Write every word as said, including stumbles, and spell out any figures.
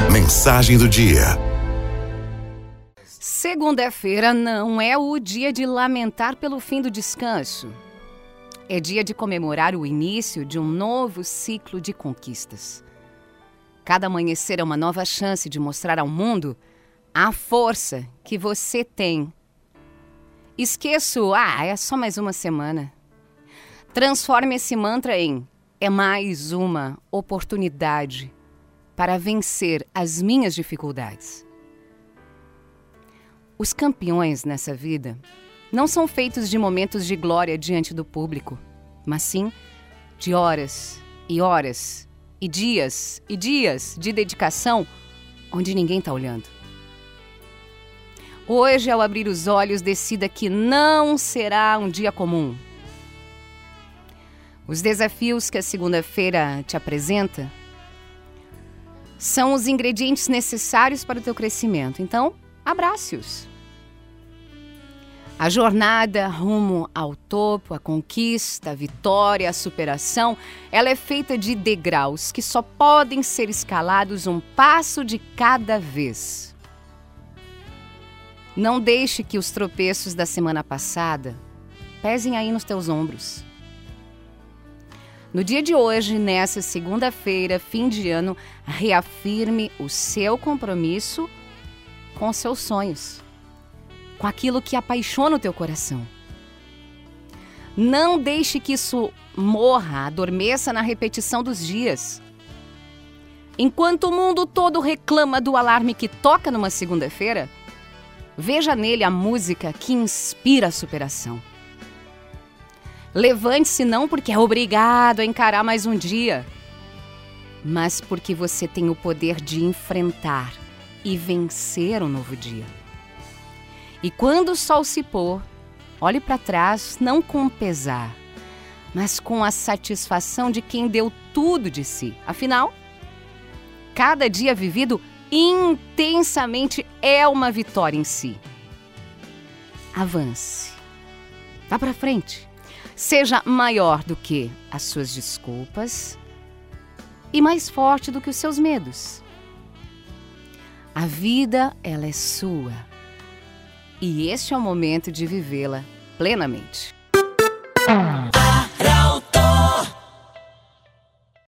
Mensagem do dia. Segunda-feira não é o dia de lamentar pelo fim do descanso. É dia de comemorar o início de um novo ciclo de conquistas. Cada amanhecer é uma nova chance de mostrar ao mundo a força que você tem. Esqueço, ah, é só mais uma semana. Transforme esse mantra em é mais uma oportunidade para vencer as minhas dificuldades. Os campeões nessa vida não são feitos de momentos de glória diante do público, mas sim de horas e horas e dias e dias de dedicação onde ninguém está olhando. Hoje, ao abrir os olhos, decida que não será um dia comum. Os desafios que a segunda-feira te apresenta são os ingredientes necessários para o teu crescimento. Então, abrace-os. A jornada rumo ao topo, a conquista, a vitória, a superação, ela é feita de degraus que só podem ser escalados um passo de cada vez. Não deixe que os tropeços da semana passada pesem aí nos teus ombros. No dia de hoje, nessa segunda-feira, fim de ano, reafirme o seu compromisso com os seus sonhos, com aquilo que apaixona o teu coração. Não deixe que isso morra, adormeça na repetição dos dias. Enquanto o mundo todo reclama do alarme que toca numa segunda-feira, veja nele a música que inspira a superação. Levante-se não porque é obrigado a encarar mais um dia, mas porque você tem o poder de enfrentar e vencer um novo dia. E quando o sol se pôr, olhe para trás não com pesar, mas com a satisfação de quem deu tudo de si. Afinal, cada dia vivido intensamente é uma vitória em si. Avance. Vá para frente. Seja maior do que as suas desculpas e mais forte do que os seus medos. A vida, ela é sua. E este é o momento de vivê-la plenamente.